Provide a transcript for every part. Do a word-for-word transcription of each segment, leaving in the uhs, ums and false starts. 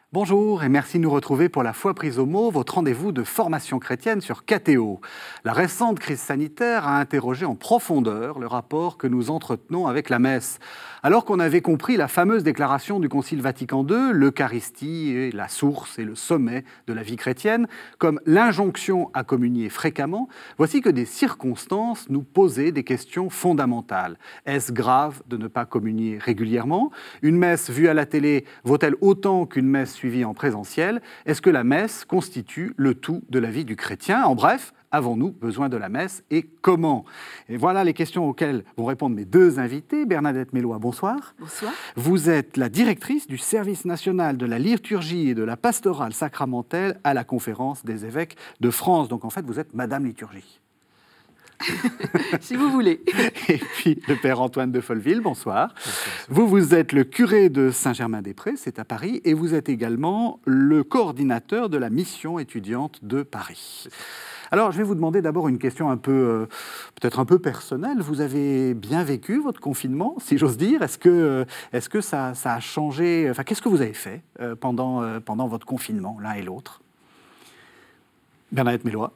Bonjour et merci de nous retrouver pour la Foi prise au mot, votre rendez-vous de formation chrétienne sur K T O. La récente crise sanitaire a interrogé en profondeur le rapport que nous entretenons avec la messe. Alors qu'on avait compris la fameuse déclaration du Concile Vatican deux, l'Eucharistie est la source et le sommet de la vie chrétienne, comme l'injonction à communier fréquemment, voici que des circonstances nous posaient des questions fondamentales. Est-ce grave de ne pas communier régulièrement ? Une messe vue à la télé vaut-elle autant qu'une messe suivie en présentiel ? Est-ce que la messe constitue le tout de la vie du chrétien ? En bref, avons-nous besoin de la messe et comment ? Et voilà les questions auxquelles vont répondre mes deux invités. Bernadette Mélois, bonsoir. Bonsoir. Vous êtes la directrice du service national de la liturgie et de la pastorale sacramentelle à la Conférence des évêques de France. Donc en fait, vous êtes Madame Liturgie. Si vous voulez. Et puis le père Antoine de Folleville, bonsoir. bonsoir. Vous, vous êtes le curé de Saint-Germain-des-Prés, c'est à Paris, et vous êtes également le coordinateur de la mission étudiante de Paris. Alors, je vais vous demander d'abord une question un peu, euh, peut-être un peu personnelle. Vous avez bien vécu votre confinement, si j'ose dire. Est-ce que, euh, est-ce que ça, ça a changé ? Enfin, qu'est-ce que vous avez fait euh, pendant, euh, pendant votre confinement, l'un et l'autre ? Bernadette Mélois.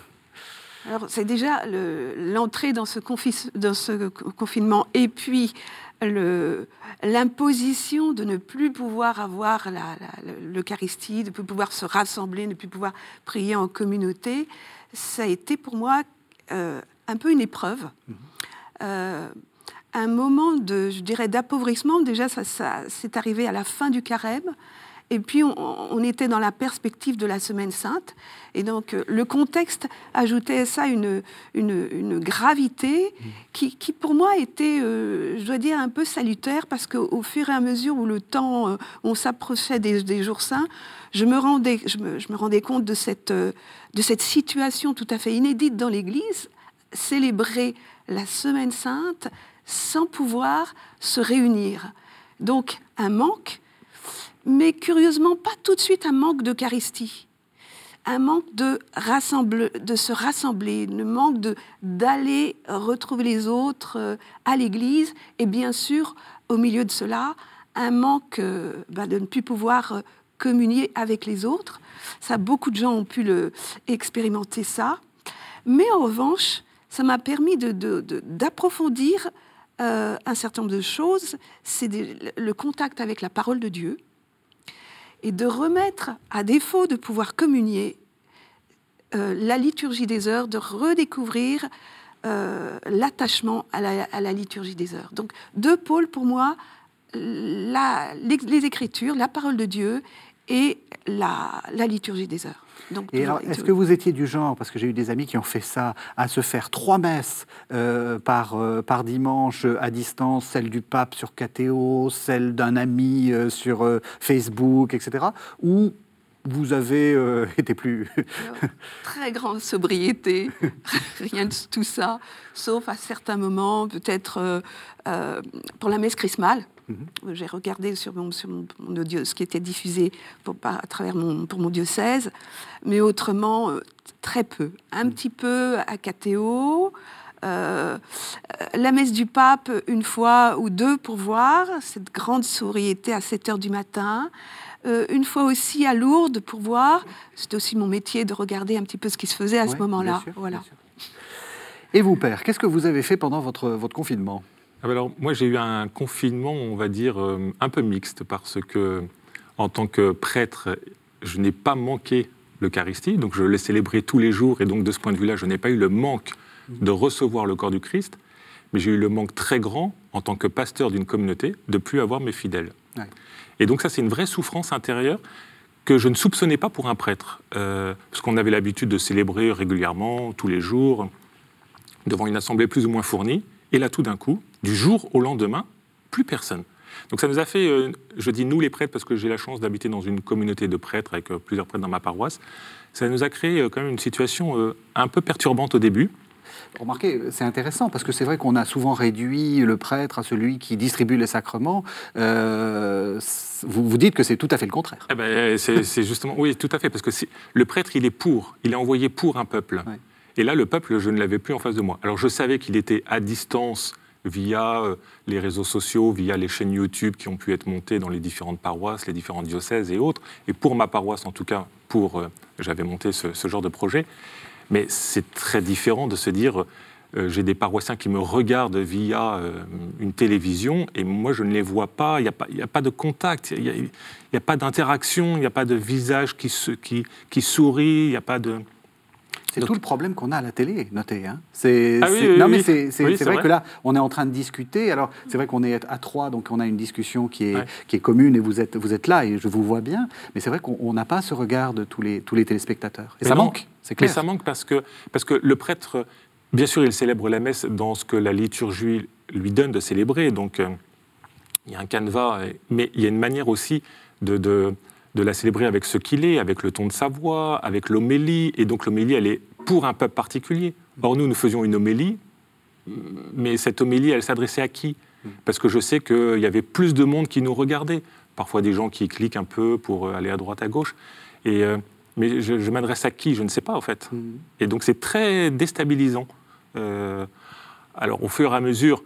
Alors, c'est déjà le, l'entrée dans ce, confi- dans ce confinement et puis le, l'imposition de ne plus pouvoir avoir la, la, l'Eucharistie, de ne plus pouvoir se rassembler, de ne plus pouvoir prier en communauté. Ça a été pour moi euh, un peu une épreuve. Mmh. Euh, un moment de, je dirais, d'appauvrissement. Déjà, ça, ça, c'est arrivé à la fin du carême. Et puis, on, on était dans la perspective de la Semaine Sainte. Et donc, euh, le contexte ajoutait à ça une, une, une gravité qui, qui, pour moi, était, euh, je dois dire, un peu salutaire, parce qu'au fur et à mesure où le temps, euh, on s'approchait des, des jours saints, je me rendais, je me, je me rendais compte de cette, euh, de cette situation tout à fait inédite dans l'Église, célébrer la Semaine Sainte sans pouvoir se réunir. Donc, un manque, mais curieusement, pas tout de suite un manque d'Eucharistie, un manque de, rassemble, de se rassembler, un manque de, d'aller retrouver les autres euh, à l'église, et bien sûr, au milieu de cela, un manque euh, bah, de ne plus pouvoir euh, communier avec les autres. Ça, beaucoup de gens ont pu le, expérimenter ça, mais en revanche, ça m'a permis de, de, de, d'approfondir euh, un certain nombre de choses. C'est des, le contact avec la parole de Dieu, et de remettre, à défaut de pouvoir communier, euh, la liturgie des heures, de redécouvrir euh, l'attachement à la, à la liturgie des heures. Donc, deux pôles pour moi, la, les, les Écritures, la parole de Dieu et la, la liturgie des heures. Donc, et alors, est-ce que vous étiez du genre, parce que j'ai eu des amis qui ont fait ça, à se faire trois messes euh, par, euh, par dimanche à distance, celle du pape sur K T O, celle d'un ami euh, sur euh, Facebook, et cetera, ou vous avez euh, été plus... Alors, très grande sobriété, rien de tout ça, sauf à certains moments, peut-être euh, euh, pour la messe chrismale. Mm-hmm. J'ai regardé sur mon, sur mon, mon audio ce qui était diffusé pour, à travers mon, pour mon diocèse, mais autrement, euh, très peu. Un mm-hmm. petit peu à K T O, euh, la messe du pape une fois ou deux pour voir, cette grande sobriété à sept heures du matin. Euh, une fois aussi à Lourdes pour voir. C'était aussi mon métier de regarder un petit peu ce qui se faisait à ouais, ce moment-là. Bien sûr, voilà. Bien sûr. Et vous, père, qu'est-ce que vous avez fait pendant votre, votre confinement ? Alors, moi, j'ai eu un confinement, on va dire, euh, un peu mixte, parce que, en tant que prêtre, je n'ai pas manqué l'Eucharistie, donc je l'ai célébré tous les jours, et donc de ce point de vue-là, je n'ai pas eu le manque de recevoir le corps du Christ, mais j'ai eu le manque très grand, en tant que pasteur d'une communauté, de ne plus avoir mes fidèles. Ouais. Et donc ça, c'est une vraie souffrance intérieure que je ne soupçonnais pas pour un prêtre, euh, parce qu'on avait l'habitude de célébrer régulièrement, tous les jours, devant une assemblée plus ou moins fournie, et là, tout d'un coup, du jour au lendemain, plus personne. Donc ça nous a fait, euh, je dis nous les prêtres, parce que j'ai la chance d'habiter dans une communauté de prêtres, avec euh, plusieurs prêtres dans ma paroisse, ça nous a créé euh, quand même une situation euh, un peu perturbante au début. Remarquez, c'est intéressant, parce que c'est vrai qu'on a souvent réduit le prêtre à celui qui distribue les sacrements. Euh, vous, vous dites que c'est tout à fait le contraire. Eh ben, c'est, c'est justement, oui, tout à fait, parce que c'est, le prêtre, il est pour, il est envoyé pour un peuple. Ouais. Et là, le peuple, je ne l'avais plus en face de moi. Alors, je savais qu'il était à distance via euh, les réseaux sociaux, via les chaînes YouTube qui ont pu être montées dans les différentes paroisses, les différents diocèses et autres. Et pour ma paroisse, en tout cas, pour, euh, j'avais monté ce, ce genre de projet. Mais c'est très différent de se dire, euh, j'ai des paroissiens qui me regardent via euh, une télévision et moi je ne les vois pas, il n'y a, a pas de contact, il n'y a, a pas d'interaction, il n'y a pas de visage qui, se, qui, qui sourit, il n'y a pas de... C'est Donc, tout le problème qu'on a à la télé, notez. Hein. C'est, ah oui, c'est, oui, non, oui. mais c'est, c'est, Oui, c'est, c'est vrai, vrai que là, on est en train de discuter. Alors, c'est vrai qu'on est à trois, donc on a une discussion qui est, ouais. qui est commune et vous êtes, vous êtes là et je vous vois bien. Mais c'est vrai qu'on n'a pas ce regard de tous les, tous les téléspectateurs. Et mais ça non, manque, c'est clair. Mais ça manque parce que, parce que le prêtre, bien sûr, il célèbre la messe dans ce que la liturgie lui donne de célébrer. Donc, euh, il y a un canevas, mais il y a une manière aussi de... de de la célébrer avec ce qu'il est, avec le ton de sa voix, avec l'homélie. Et donc l'homélie, elle est pour un peuple particulier. Or, nous, nous faisions une homélie, mais cette homélie, elle s'adressait à qui ? Parce que je sais qu'il y avait plus de monde qui nous regardait. Parfois des gens qui cliquent un peu pour aller à droite, à gauche. Et, euh, mais je, je m'adresse à qui ? Je ne sais pas, en fait. Mm. Et donc c'est très déstabilisant. Euh, alors, au fur et à mesure,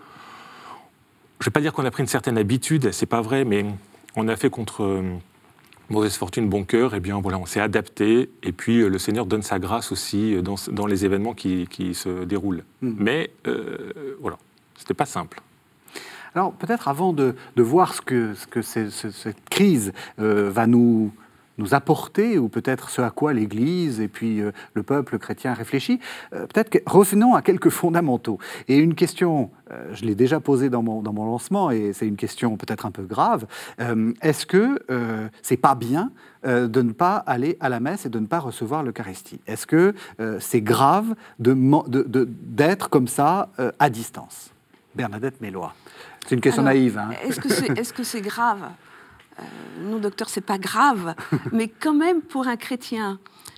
je ne vais pas dire qu'on a pris une certaine habitude, c'est pas vrai, mais on a fait contre... Euh, mauvaise fortune, bon cœur, eh bien voilà, on s'est adapté et puis euh, le Seigneur donne sa grâce aussi dans, dans les événements qui, qui se déroulent. Mmh. Mais euh, voilà, c'était pas simple. Alors peut-être avant de, de voir ce que, ce que c'est, ce, cette crise euh, va nous, nous apporter, ou peut-être ce à quoi l'Église et puis euh, le peuple chrétien réfléchit, euh, peut-être que revenons à quelques fondamentaux. Et une question, euh, je l'ai déjà posée dans mon, dans mon lancement, et c'est une question peut-être un peu grave, euh, est-ce que euh, c'est pas bien euh, de ne pas aller à la messe et de ne pas recevoir l'Eucharistie ? Est-ce que euh, c'est grave de, de, de, d'être comme ça euh, à distance ? Bernadette Mélois. C'est une question Alors, naïve. Hein. Est-ce que c'est, est-ce que c'est grave ? euh, Non, docteur, c'est pas grave, mais quand même pour un chrétien,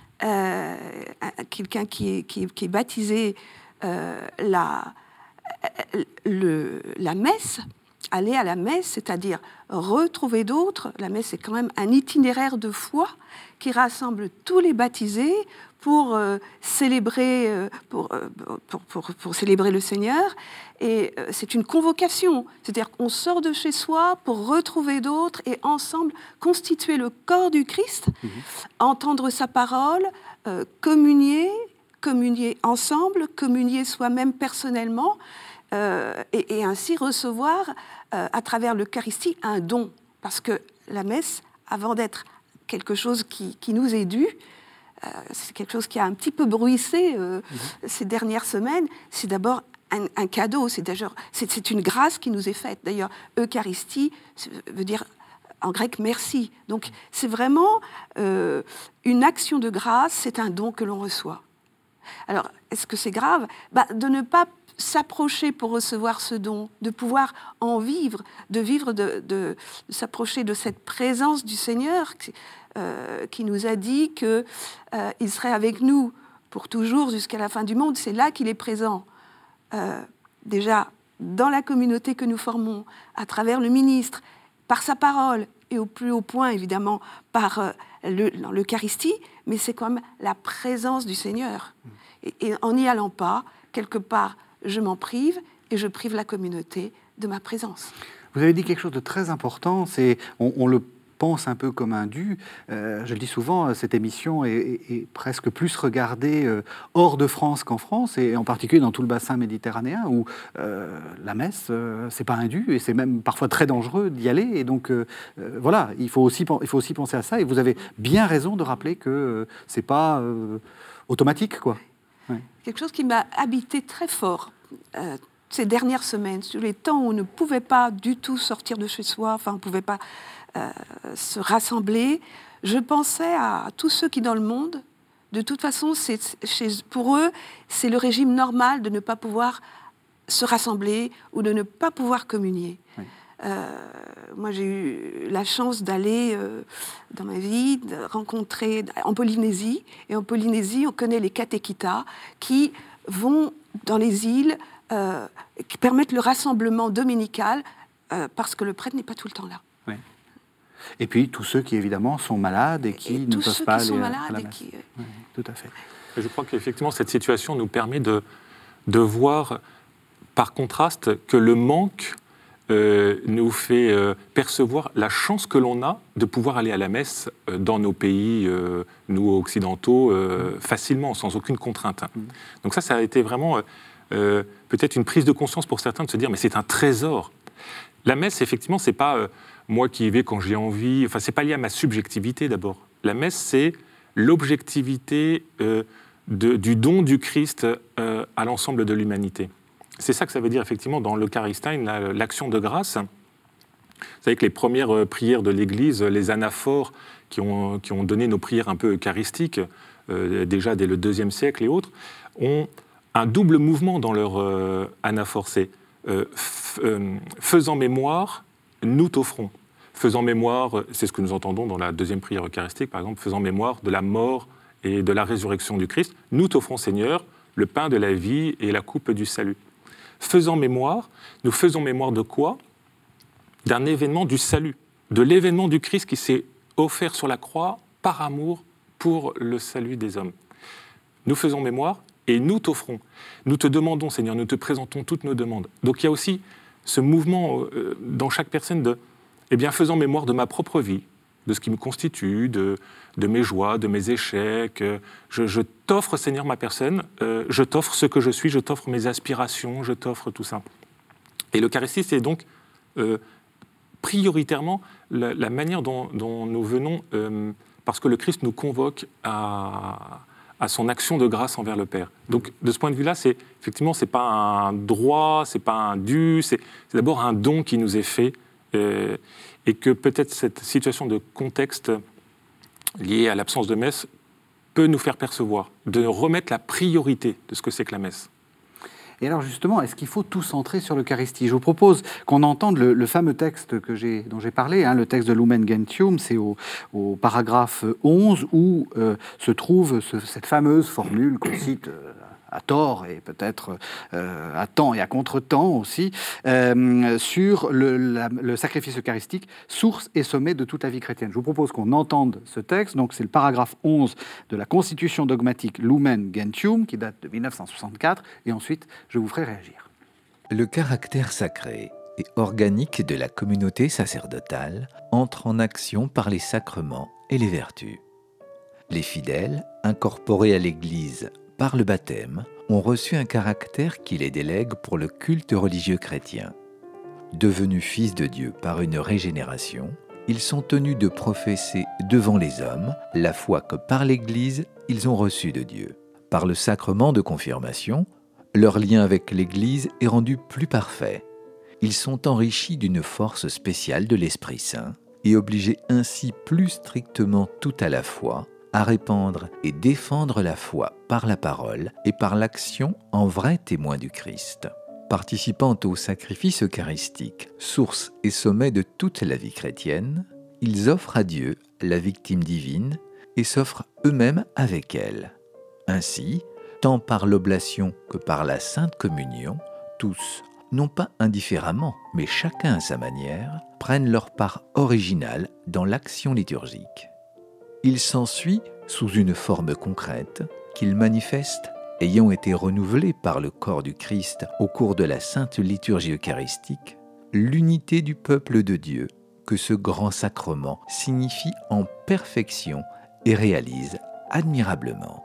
euh, quelqu'un qui est, qui est, qui est baptisé, euh, la, le, la messe, aller à la messe, c'est-à-dire retrouver d'autres, la messe est quand même un itinéraire de foi qui rassemble tous les baptisés pour euh, célébrer, euh, pour, euh, pour, pour, pour célébrer le Seigneur. Et euh, c'est une convocation, c'est-à-dire qu'on sort de chez soi pour retrouver d'autres et ensemble constituer le corps du Christ, mmh. entendre sa parole, euh, communier, communier ensemble, communier soi-même personnellement, euh, et, et ainsi recevoir euh, à travers l'Eucharistie un don. Parce que la messe, avant d'être quelque chose qui, qui nous est dû, euh, c'est quelque chose qui a un petit peu bruissé euh, mmh. ces dernières semaines, c'est d'abord un, un cadeau, c'est, c'est, c'est une grâce qui nous est faite. D'ailleurs, Eucharistie veut dire en grec merci. Donc c'est vraiment euh, une action de grâce, c'est un don que l'on reçoit. Alors, est-ce que c'est grave ? Bah, de ne pas s'approcher pour recevoir ce don, de pouvoir en vivre, de vivre, de, de, de s'approcher de cette présence du Seigneur euh, qui nous a dit qu'il euh, serait avec nous pour toujours jusqu'à la fin du monde. C'est là qu'il est présent. Euh, déjà, dans la communauté que nous formons, à travers le ministre, par sa parole, et au plus haut point, évidemment, par euh, le, l'Eucharistie, mais c'est quand même la présence du Seigneur. Et, et en n'y allant pas, quelque part, je m'en prive et je prive la communauté de ma présence. Vous avez dit quelque chose de très important, c'est on, on le pense un peu comme un dû. Euh, je le dis souvent, cette émission est, est, est presque plus regardée euh, hors de France qu'en France, et en particulier dans tout le bassin méditerranéen, où euh, la messe, euh, c'est pas un dû, et c'est même parfois très dangereux d'y aller. Et donc, euh, euh, voilà, il faut, aussi, il faut aussi penser à ça. Et vous avez bien raison de rappeler que euh, c'est pas euh, automatique, quoi. Ouais. Quelque chose qui m'a habité très fort euh, ces dernières semaines, sur les temps où on ne pouvait pas du tout sortir de chez soi, enfin on ne pouvait pas euh, se rassembler, je pensais à tous ceux qui dans le monde, de toute façon, c'est, chez, pour eux, c'est le régime normal de ne pas pouvoir se rassembler ou de ne pas pouvoir communier. Oui. Euh, moi, j'ai eu la chance d'aller euh, dans ma vie, de rencontrer en Polynésie. Et en Polynésie, on connaît les catéchitas qui vont dans les îles, euh, qui permettent le rassemblement dominical euh, parce que le prêtre n'est pas tout le temps là. Oui. Et puis tous ceux qui évidemment sont malades et qui et ne peuvent pas aller à, à la messe. Qui... Oui, tout à fait. Et je crois qu'effectivement, cette situation nous permet de, de voir par contraste, que le manque euh, nous fait euh, percevoir la chance que l'on a de pouvoir aller à la messe euh, dans nos pays, euh, nous occidentaux, euh, facilement, sans aucune contrainte. Mmh. Donc ça, ça a été vraiment euh, peut-être une prise de conscience pour certains de se dire, mais c'est un trésor. La messe, effectivement, c'est pas euh, moi qui y vais quand j'ai envie, enfin, c'est pas lié à ma subjectivité d'abord. La messe, c'est l'objectivité euh, de, du don du Christ euh, à l'ensemble de l'humanité. C'est ça que ça veut dire, effectivement, dans l'Eucharistie, l'action de grâce. Vous savez que les premières prières de l'Église, les anaphores qui ont, qui ont donné nos prières un peu eucharistiques, euh, déjà dès le deuxième siècle et autres, ont un double mouvement dans leur euh, anaphore. C'est euh, f- euh, faisant mémoire, nous t'offrons. Faisant mémoire, c'est ce que nous entendons dans la deuxième prière eucharistique, par exemple, faisant mémoire de la mort et de la résurrection du Christ, nous t'offrons, Seigneur, le pain de la vie et la coupe du salut. Faisant mémoire, nous faisons mémoire de quoi ? D'un événement du salut, de l'événement du Christ qui s'est offert sur la croix par amour pour le salut des hommes. Nous faisons mémoire et nous t'offrons. Nous te demandons, Seigneur, nous te présentons toutes nos demandes. Donc il y a aussi ce mouvement euh, dans chaque personne de, eh bien, faisant mémoire de ma propre vie, de ce qui me constitue, de, de mes joies, de mes échecs. Je, je t'offre, Seigneur, ma personne, euh, je t'offre ce que je suis, je t'offre mes aspirations, je t'offre tout ça. Et l'Eucharistie, c'est donc euh, prioritairement la, la manière dont, dont nous venons, euh, parce que le Christ nous convoque à, à son action de grâce envers le Père. Donc, de ce point de vue-là, c'est, effectivement, ce n'est pas un droit, ce n'est pas un dû, c'est, c'est d'abord un don qui nous est fait, euh, et que peut-être cette situation de contexte liée à l'absence de messe peut nous faire percevoir, de remettre la priorité de ce que c'est que la messe. Et alors justement, est-ce qu'il faut tout centrer sur l'Eucharistie ? Je vous propose qu'on entende le, le fameux texte que j'ai, dont j'ai parlé, hein, le texte de Lumen Gentium, c'est au, au paragraphe onze où euh, se trouve ce, cette fameuse formule qu'on cite euh, à tort et peut-être euh, à temps et à contre-temps aussi, euh, sur le, la, le sacrifice eucharistique, source et sommet de toute la vie chrétienne. Je vous propose qu'on entende ce texte, donc c'est le paragraphe onze de la Constitution dogmatique Lumen Gentium, qui date de mille neuf cent soixante-quatre, et ensuite je vous ferai réagir. Le caractère sacré et organique de la communauté sacerdotale entre en action par les sacrements et les vertus. Les fidèles, incorporés à l'Église par le baptême, ont reçu un caractère qui les délègue pour le culte religieux chrétien. Devenus fils de Dieu par une régénération, ils sont tenus de professer devant les hommes la foi que par l'Église ils ont reçue de Dieu. Par le sacrement de confirmation, leur lien avec l'Église est rendu plus parfait. Ils sont enrichis d'une force spéciale de l'Esprit Saint et obligés ainsi plus strictement tout à la fois à répandre et défendre la foi par la parole et par l'action en vrai témoin du Christ. Participant au sacrifice eucharistique, source et sommet de toute la vie chrétienne, ils offrent à Dieu la victime divine et s'offrent eux-mêmes avec elle. Ainsi, tant par l'oblation que par la Sainte Communion, tous, non pas indifféremment, mais chacun à sa manière, prennent leur part originale dans l'action liturgique. Il s'ensuit, sous une forme concrète, qu'ils manifestent, ayant été renouvelés par le corps du Christ au cours de la sainte liturgie eucharistique, l'unité du peuple de Dieu que ce grand sacrement signifie en perfection et réalise admirablement.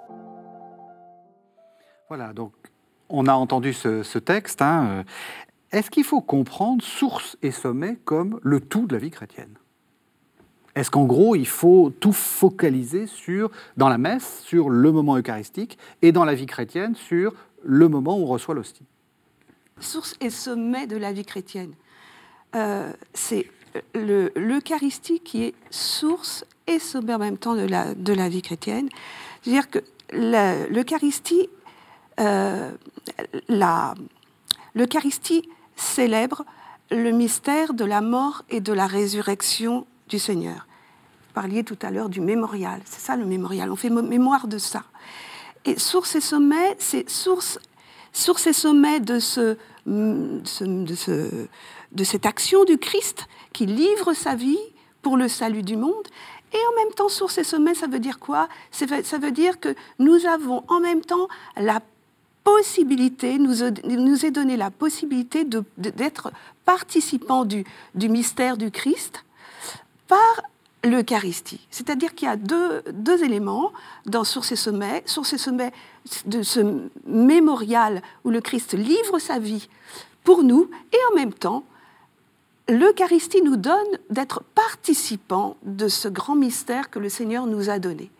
Voilà, donc on a entendu ce, ce texte. Hein. Est-ce qu'il faut comprendre source et sommet comme le tout de la vie chrétienne ? Est-ce qu'en gros, il faut tout focaliser sur, dans la messe, sur le moment eucharistique, et dans la vie chrétienne, sur le moment où on reçoit l'hostie ? Source et sommet de la vie chrétienne. Euh, c'est le, l'Eucharistie qui est source et sommet en même temps de la, de la vie chrétienne. C'est-à-dire que la, l'Eucharistie, euh, la, l'Eucharistie célèbre le mystère de la mort et de la résurrection du Seigneur. Vous parliez tout à l'heure du mémorial, c'est ça le mémorial, on fait mémoire de ça. Et source et sommet, c'est source, source et sommet de, ce, de, ce, de cette action du Christ qui livre sa vie pour le salut du monde. Et en même temps, source et sommet, ça veut dire quoi ? Ça veut dire que nous avons en même temps la possibilité, nous, nous est donnée la possibilité de, de, d'être participants du, du mystère du Christ par l'Eucharistie. C'est-à-dire qu'il y a deux, deux éléments dans Sources et Sommets. Sources et Sommets de ce mémorial où le Christ livre sa vie pour nous, et en même temps, l'Eucharistie nous donne d'être participants de ce grand mystère que le Seigneur nous a donné.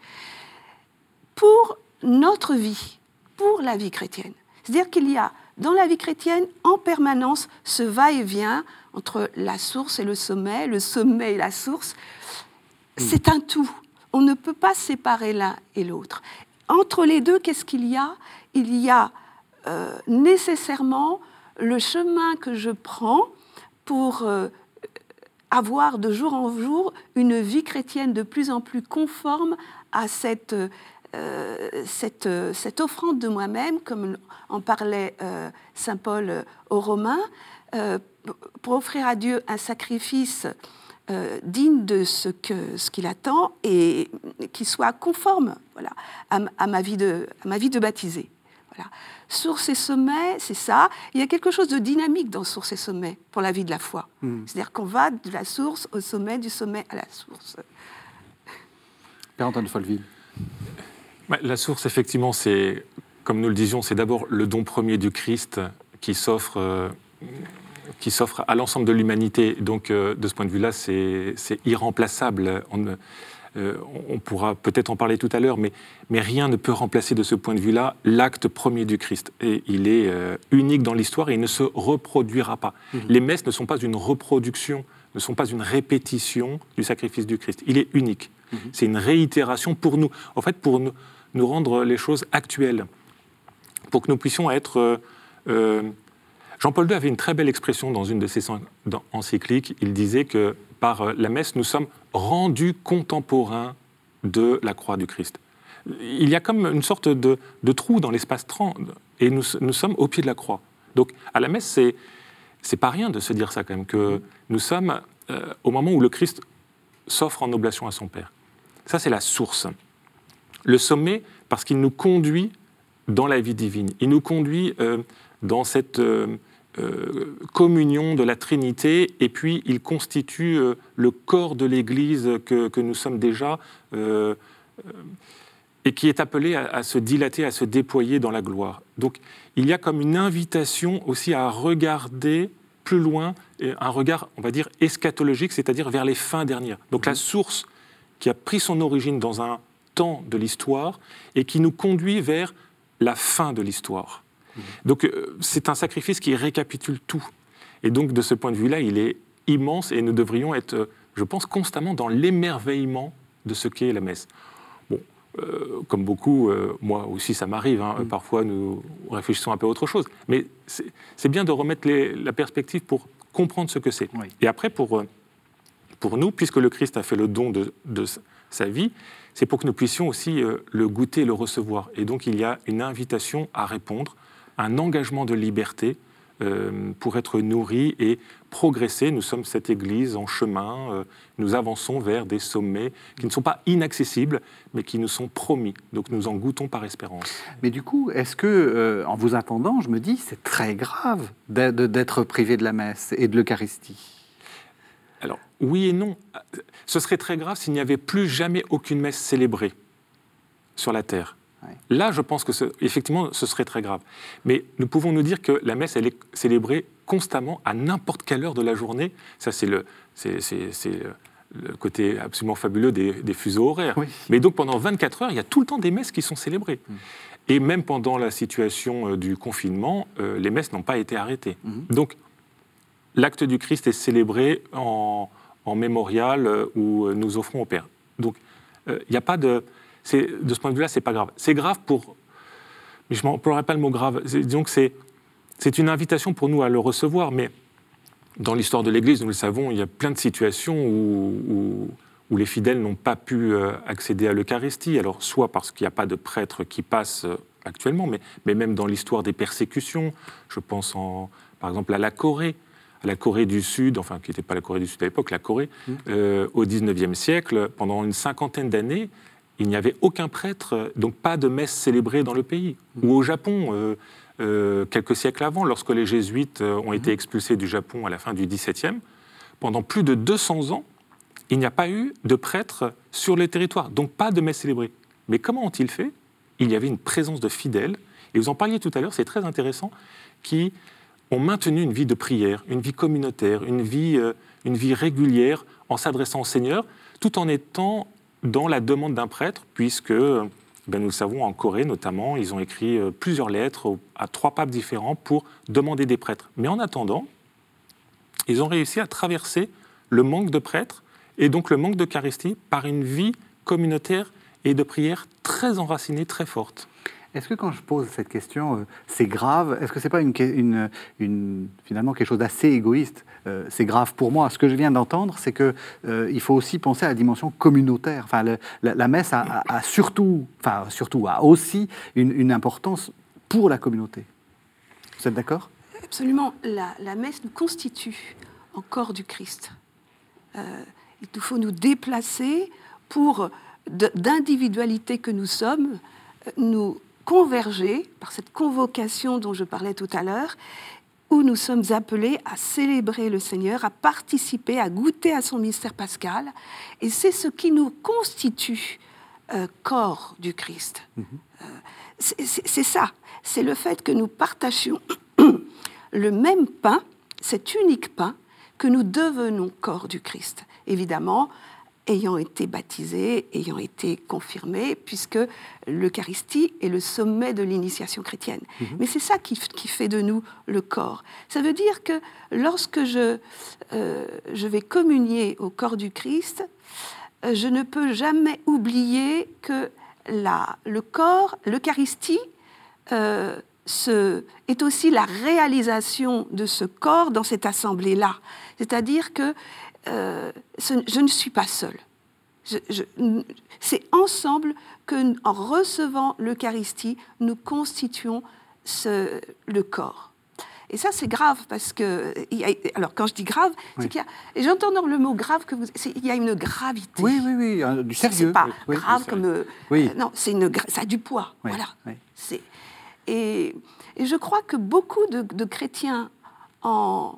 Pour notre vie, pour la vie chrétienne. C'est-à-dire qu'il y a dans la vie chrétienne en permanence ce va-et-vient entre la source et le sommet, le sommet et la source. C'est un tout. On ne peut pas séparer l'un et l'autre. Entre les deux, qu'est-ce qu'il y a ? Il y a euh, nécessairement le chemin que je prends pour euh, avoir de jour en jour une vie chrétienne de plus en plus conforme à cette, euh, cette, euh, cette offrande de moi-même, comme en parlait euh, saint Paul aux Romains, euh, pour offrir à Dieu un sacrifice Euh, digne de ce, que, ce qu'il attend et qui soit conforme voilà, à, à, ma vie de, à ma vie de baptisé. Voilà. Sources et sommets, c'est ça. Il y a quelque chose de dynamique dans Sources et sommets pour la vie de la foi. Mmh. C'est-à-dire qu'on va de la source au sommet, du sommet à la source. Père-Antoine Folleville. La source, effectivement, c'est, comme nous le disions, c'est d'abord le don premier du Christ qui s'offre... Euh, qui s'offre à l'ensemble de l'humanité. Donc, euh, de ce point de vue-là, c'est, c'est irremplaçable. On, euh, on pourra peut-être en parler tout à l'heure, mais, mais rien ne peut remplacer de ce point de vue-là l'acte premier du Christ. Et il est euh, unique dans l'histoire et il ne se reproduira pas. Mmh. Les messes ne sont pas une reproduction, ne sont pas une répétition du sacrifice du Christ. Il est unique. Mmh. C'est une réitération pour nous. En fait, pour nous, nous rendre les choses actuelles, pour que nous puissions être... Euh, euh, Jean-Paul deux avait une très belle expression dans une de ses encycliques. Il disait que par la messe, nous sommes rendus contemporains de la croix du Christ. Il y a comme une sorte de, de trou dans l'espace-temps, et nous, nous sommes au pied de la croix. Donc, à la messe, c'est, c'est pas rien de se dire ça quand même, que nous sommes euh, au moment où le Christ s'offre en oblation à son Père. Ça, c'est la source. Le sommet, parce qu'il nous conduit dans la vie divine. Il nous conduit euh, dans cette... Euh, Euh, communion de la Trinité, et puis il constitue euh, le corps de l'Église que, que nous sommes déjà, euh, euh, et qui est appelé à, à se dilater, à se déployer dans la gloire. Donc il y a comme une invitation aussi à regarder plus loin, un regard, on va dire, eschatologique, c'est-à-dire vers les fins dernières. Donc mmh. la source qui a pris son origine dans un temps de l'histoire et qui nous conduit vers la fin de l'histoire. Donc euh, c'est un sacrifice qui récapitule tout. Et donc de ce point de vue-là, il est immense et nous devrions être, euh, je pense, constamment dans l'émerveillement de ce qu'est la messe. Bon, euh, comme beaucoup, euh, moi aussi ça m'arrive, hein, mmh. parfois nous réfléchissons un peu à autre chose. Mais c'est, c'est bien de remettre les, la perspective pour comprendre ce que c'est. Oui. Et après, pour, euh, pour nous, puisque le Christ a fait le don de, de sa vie, c'est pour que nous puissions aussi euh, le goûter, le recevoir. Et donc il y a une invitation à répondre, un engagement de liberté euh, pour être nourri et progresser. Nous sommes cette Église en chemin, euh, nous avançons vers des sommets qui ne sont pas inaccessibles, mais qui nous sont promis. Donc nous en goûtons par espérance. Mais du coup, est-ce que, euh, en vous attendant, je me dis, c'est très grave d'être privé de la messe et de l'Eucharistie? Alors, oui et non. Ce serait très grave s'il n'y avait plus jamais aucune messe célébrée sur la terre. Là, je pense que, ce, effectivement, ce serait très grave. Mais nous pouvons nous dire que la messe, elle est célébrée constamment, à n'importe quelle heure de la journée. Ça, c'est le, c'est, c'est, c'est le côté absolument fabuleux des, des fuseaux horaires. Oui. Mais donc, pendant vingt-quatre heures, il y a tout le temps des messes qui sont célébrées. Mmh. Et même pendant la situation du confinement, euh, les messes n'ont pas été arrêtées. Mmh. Donc, l'acte du Christ est célébré en, en mémorial euh, où nous offrons au Père. Donc, il euh, n'y a pas de... C'est, de ce point de vue-là, c'est pas grave. C'est grave pour... Mais je n'emploierai pas le mot grave. C'est, disons que c'est, c'est une invitation pour nous à le recevoir, mais dans l'histoire de l'Église, nous le savons, il y a plein de situations où, où, où les fidèles n'ont pas pu accéder à l'Eucharistie. Alors, soit parce qu'il n'y a pas de prêtre qui passe actuellement, mais, mais même dans l'histoire des persécutions. Je pense, en, par exemple, à la Corée. À la Corée du Sud, enfin, qui n'était pas la Corée du Sud à l'époque, la Corée, mmh. euh, au dix-neuvième siècle, pendant une cinquantaine d'années, il n'y avait aucun prêtre, donc pas de messe célébrée dans le pays. Mmh. Ou au Japon, euh, euh, quelques siècles avant, lorsque les jésuites euh, ont Mmh. été expulsés du Japon à la fin du dix-septième, pendant plus de deux cents ans, il n'y a pas eu de prêtres sur le territoire, donc pas de messe célébrée. Mais comment ont-ils fait? Il y avait une présence de fidèles, et vous en parliez tout à l'heure, c'est très intéressant, qui ont maintenu une vie de prière, une vie communautaire, une vie, euh, une vie régulière en s'adressant au Seigneur, tout en étant dans la demande d'un prêtre, puisque, ben, nous le savons, en Corée notamment, ils ont écrit euh, plusieurs lettres au- à trois papes différents pour demander des prêtres. Mais en attendant, ils ont réussi à traverser le manque de prêtres et donc le manque d'Eucharistie par une vie communautaire et de prière très enracinée, très forte. Est-ce que quand je pose cette question, euh, c'est grave? Est-ce que c'est pas une, une, une- finalement quelque chose d'assez égoïste? Euh, c'est grave pour moi. Ce que je viens d'entendre, c'est que euh, il faut aussi penser à la dimension communautaire. Enfin, le- la, la messe a, a- a surtout, enfin surtout, a aussi une, une importance pour la communauté. Vous êtes d'accord? Absolument. La, la messe nous constitue en corps du Christ. Euh, il nous faut nous déplacer pour, de- d'individualité que nous sommes, euh, nous converger par cette convocation dont je parlais tout à l'heure, où nous sommes appelés à célébrer le Seigneur, à participer, à goûter à son mystère pascal. Et c'est ce qui nous constitue euh, corps du Christ. Euh, c'est, c'est- c'est ça. C'est le fait que nous partagions le même pain, cet unique pain, que nous devenons corps du Christ. Évidemment, ayant été baptisés, ayant été confirmés, puisque l'Eucharistie est le sommet de l'initiation chrétienne. Mmh. Mais c'est ça qui, qui fait de nous le corps. Ça veut dire que lorsque je, euh, je vais communier au corps du Christ, euh, je ne peux jamais oublier que la, le corps, l'Eucharistie, euh, Ce, est aussi la réalisation de ce corps dans cette assemblée-là. C'est-à-dire que euh, ce, je ne suis pas seule. Je, je, c'est ensemble que, en recevant l'Eucharistie, nous constituons ce, le corps. Et ça, c'est grave parce que... Il y a, alors, quand je dis grave, oui. c'est qu'il y a... Et j'entends dans le mot grave que vous... C'est, il y a une gravité. Oui, oui, oui, euh, du sérieux. C'est pas oui, grave oui, comme... Euh, oui. euh, non, c'est une, ça a du poids. Oui, voilà. Oui. C'est... Et, et je crois que beaucoup de, de chrétiens, en,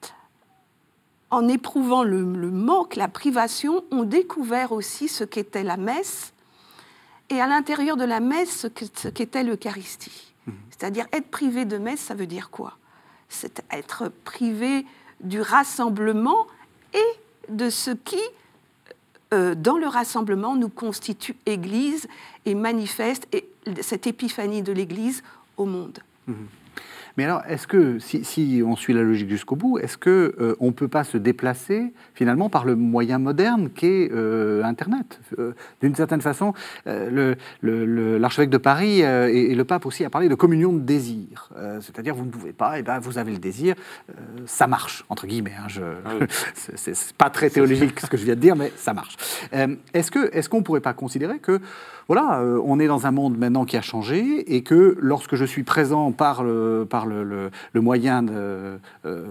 en éprouvant le, le manque, la privation, ont découvert aussi ce qu'était la messe, et à l'intérieur de la messe, ce, que, ce qu'était l'Eucharistie. Mmh. C'est-à-dire, être privé de messe, ça veut dire quoi? C'est être privé du rassemblement et de ce qui, euh, dans le rassemblement, nous constitue Église et manifeste et cette épiphanie de l'Église au monde. Mmh. Mais alors, est-ce que, si, si on suit la logique jusqu'au bout, est-ce qu'on euh, ne peut pas se déplacer, finalement, par le moyen moderne qu'est euh, Internet? euh, D'une certaine façon, euh, le, le, le, l'archevêque de Paris euh, et, et le pape aussi a parlé de communion de désir. Euh, c'est-à-dire, vous ne pouvez pas, et ben, vous avez le désir, euh, ça marche, entre guillemets. Hein, je, oui. c'est, c'est, c'est pas très théologique ce que je viens de dire, mais ça marche. Euh, est-ce, que, est-ce qu'on ne pourrait pas considérer que, voilà, euh, on est dans un monde maintenant qui a changé et que lorsque je suis présent par le, par le, le, le moyen de euh,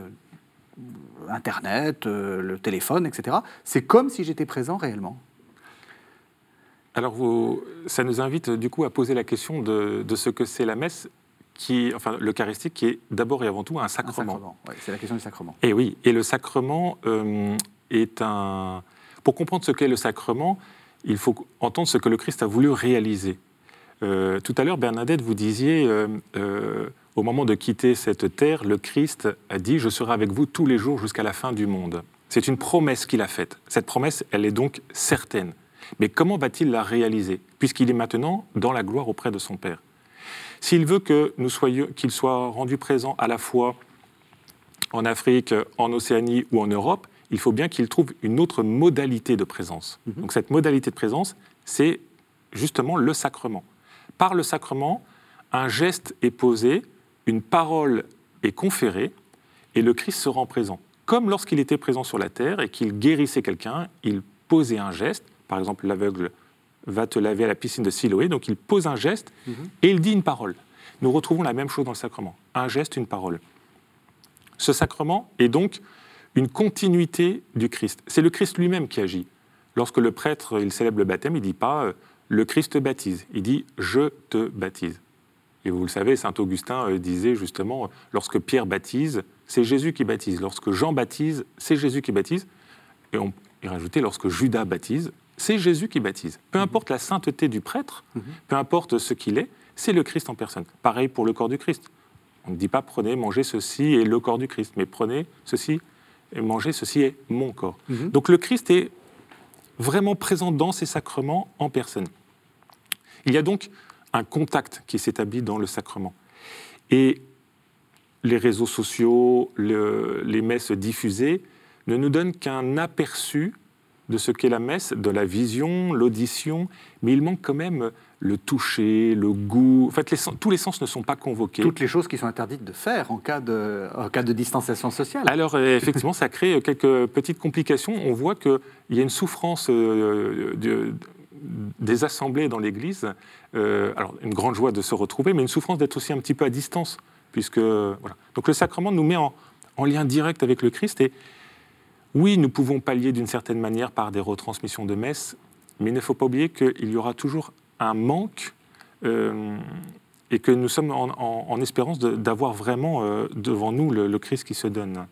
Internet, euh, le téléphone, et cetera, c'est comme si j'étais présent réellement? Alors, vous, ça nous invite du coup à poser la question de, de ce que c'est la messe, qui, enfin l'Eucharistie, qui est d'abord et avant tout un sacrement. Un sacrement, oui, c'est la question du sacrement. Et oui, et le sacrement euh, est un... Pour comprendre ce qu'est le sacrement, il faut entendre ce que le Christ a voulu réaliser. Euh, tout à l'heure, Bernadette, vous disiez, euh, euh, au moment de quitter cette terre, le Christ a dit « Je serai avec vous tous les jours jusqu'à la fin du monde ». C'est une promesse qu'il a faite. Cette promesse, elle est donc certaine. Mais comment va-t-il la réaliser, puisqu'il est maintenant dans la gloire auprès de son Père? S'il veut que nous soyons, qu'il soit rendu présent à la fois en Afrique, en Océanie ou en Europe, il faut bien qu'il trouve une autre modalité de présence. Mmh. Donc cette modalité de présence, c'est justement le sacrement. Par le sacrement, un geste est posé, une parole est conférée, et le Christ se rend présent. Comme lorsqu'il était présent sur la terre et qu'il guérissait quelqu'un, il posait un geste. Par exemple, l'aveugle va te laver à la piscine de Siloé, donc il pose un geste mmh. et il dit une parole. Nous retrouvons la même chose dans le sacrement. Un geste, une parole. Ce sacrement est donc une continuité du Christ. C'est le Christ lui-même qui agit. Lorsque le prêtre il célèbre le baptême, il ne dit pas euh, « le Christ te baptise », il dit « je te baptise ». Et vous le savez, saint Augustin euh, disait justement, lorsque Pierre baptise, c'est Jésus qui baptise. Lorsque Jean baptise, c'est Jésus qui baptise. Et on il rajoutait, lorsque Judas baptise, c'est Jésus qui baptise. Peu importe la sainteté du prêtre, mmh. peu importe ce qu'il est, c'est le Christ en personne. Pareil pour le corps du Christ. On ne dit pas prenez, mangez ceci et le corps du Christ, mais prenez ceci et mangez ceci et mon corps. Mmh. Donc le Christ est vraiment présent dans ces sacrements en personne. Il y a donc un contact qui s'établit dans le sacrement. Et les réseaux sociaux, le, les messes diffusées ne nous donnent qu'un aperçu de ce qu'est la messe, de la vision, l'audition, mais il manque quand même le toucher, le goût. En fait, les, tous les sens ne sont pas convoqués. Toutes les choses qui sont interdites de faire en cas de, en cas de distanciation sociale. Alors, effectivement, ça crée quelques petites complications. On voit qu'il y a une souffrance euh, de, des assemblées dans l'Église. Euh, alors, une grande joie de se retrouver, mais une souffrance d'être aussi un petit peu à distance. Puisque, voilà. Donc, le sacrement nous met en, en lien direct avec le Christ. Et oui, nous pouvons pallier d'une certaine manière par des retransmissions de messes, mais il ne faut pas oublier qu'il y aura toujours un manque euh, et que nous sommes en, en, en espérance de, d'avoir vraiment euh, devant nous le, le Christ qui se donne.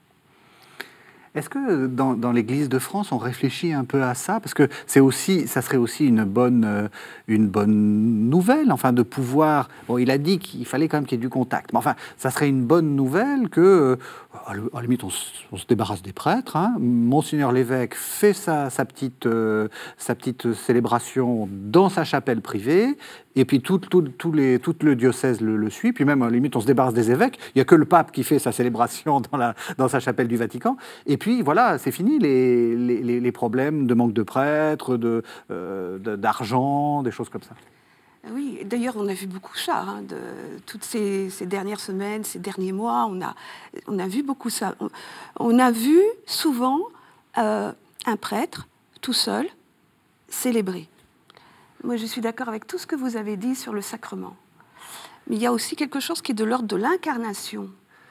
Est-ce que dans, dans l'Église de France, on réfléchit un peu à ça ? Parce que c'est aussi, ça serait aussi une bonne, euh, une bonne nouvelle, enfin, de pouvoir... Bon, il a dit qu'il fallait quand même qu'il y ait du contact, mais enfin, ça serait une bonne nouvelle que, euh, à la limite, on, on se débarrasse des prêtres, hein. Monseigneur l'évêque fait sa, sa, petite, euh, sa petite célébration dans sa chapelle privée, et puis tout, tout, tout, les, tout le diocèse le, le suit, puis même, à la limite, on se débarrasse des évêques, il n'y a que le pape qui fait sa célébration dans, la, dans sa chapelle du Vatican, et puis voilà, c'est fini les, les, les problèmes de manque de prêtres, de, euh, de, d'argent, des choses comme ça. Oui, d'ailleurs, on a vu beaucoup ça, hein, de, toutes ces, ces dernières semaines, ces derniers mois, on a, on a vu beaucoup ça. On, on a vu souvent euh, un prêtre, tout seul, célébrer. Moi, je suis d'accord avec tout ce que vous avez dit sur le sacrement. Mais il y a aussi quelque chose qui est de l'ordre de l'incarnation.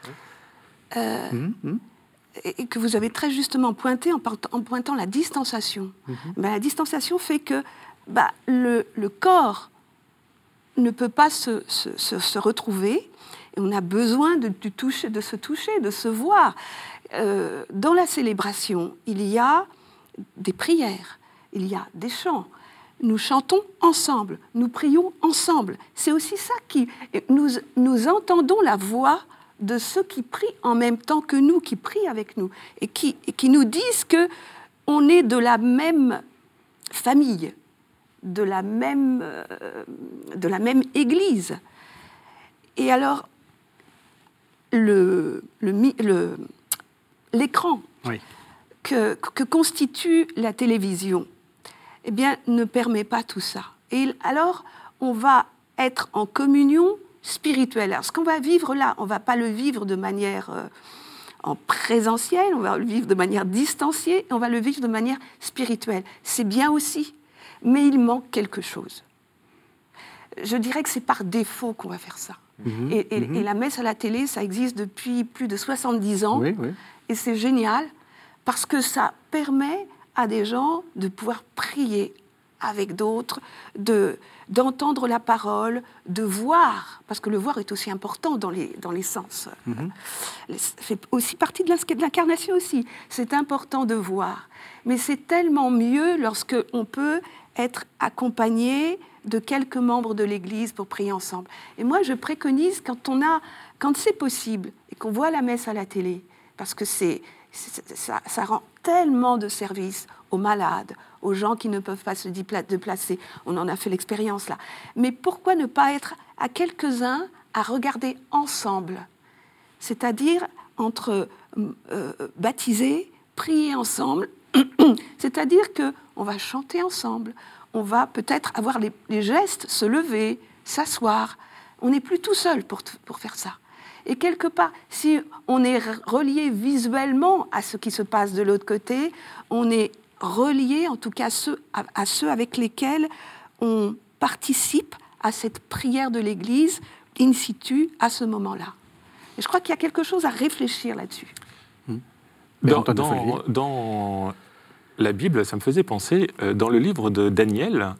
Euh, mmh, mmh. Et que vous avez très justement pointé en, en pointant la distanciation. Mmh. Ben, la distanciation fait que ben, le, le corps ne peut pas se, se, se, se retrouver, et on a besoin de, de, toucher, de se toucher, de se voir. Euh, dans la célébration, il y a des prières, il y a des chants. Nous chantons ensemble, nous prions ensemble. C'est aussi ça qui... Nous, nous entendons la voix de ceux qui prient en même temps que nous, qui prient avec nous, et qui, et qui nous disent qu'on est de la même famille, de la même, euh, de la même Église. Et alors, le, le, le, l'écran oui. que, que constitue la télévision, eh bien, ne permet pas tout ça. Et alors, on va être en communion spirituelle. Alors, ce qu'on va vivre là, on ne va pas le vivre de manière euh, en présentiel, on va le vivre de manière distanciée, et on va le vivre de manière spirituelle. C'est bien aussi, mais il manque quelque chose. Je dirais que c'est par défaut qu'on va faire ça. Mmh, et, et, mmh. et la messe à la télé, ça existe depuis plus de soixante-dix ans, oui, oui. Et c'est génial, parce que ça permet à des gens de pouvoir prier avec d'autres, de, d'entendre la parole, de voir, parce que le voir est aussi important dans les, dans les sens. Mm-hmm. Ça fait aussi partie de l'incarnation aussi. C'est important de voir. Mais c'est tellement mieux lorsqu'on peut être accompagné de quelques membres de l'Église pour prier ensemble. Et moi, je préconise, quand, on a, quand c'est possible, et qu'on voit la messe à la télé, parce que c'est, c'est, ça, ça rend tellement de services aux malades, aux gens qui ne peuvent pas se déplacer. On en a fait l'expérience là. Mais pourquoi ne pas être à quelques-uns à regarder ensemble ? C'est-à-dire entre euh, baptisés, prier ensemble, c'est-à-dire qu'on va chanter ensemble, on va peut-être avoir les, les gestes, se lever, s'asseoir. On n'est plus tout seul pour, pour faire ça. Et quelque part, si on est relié visuellement à ce qui se passe de l'autre côté, on est relié en tout cas à ceux, à, à ceux avec lesquels on participe à cette prière de l'Église in situ à ce moment-là. Et je crois qu'il y a quelque chose à réfléchir là-dessus. Mmh. Dans, dans, dans la Bible, ça me faisait penser, dans le livre de Daniel,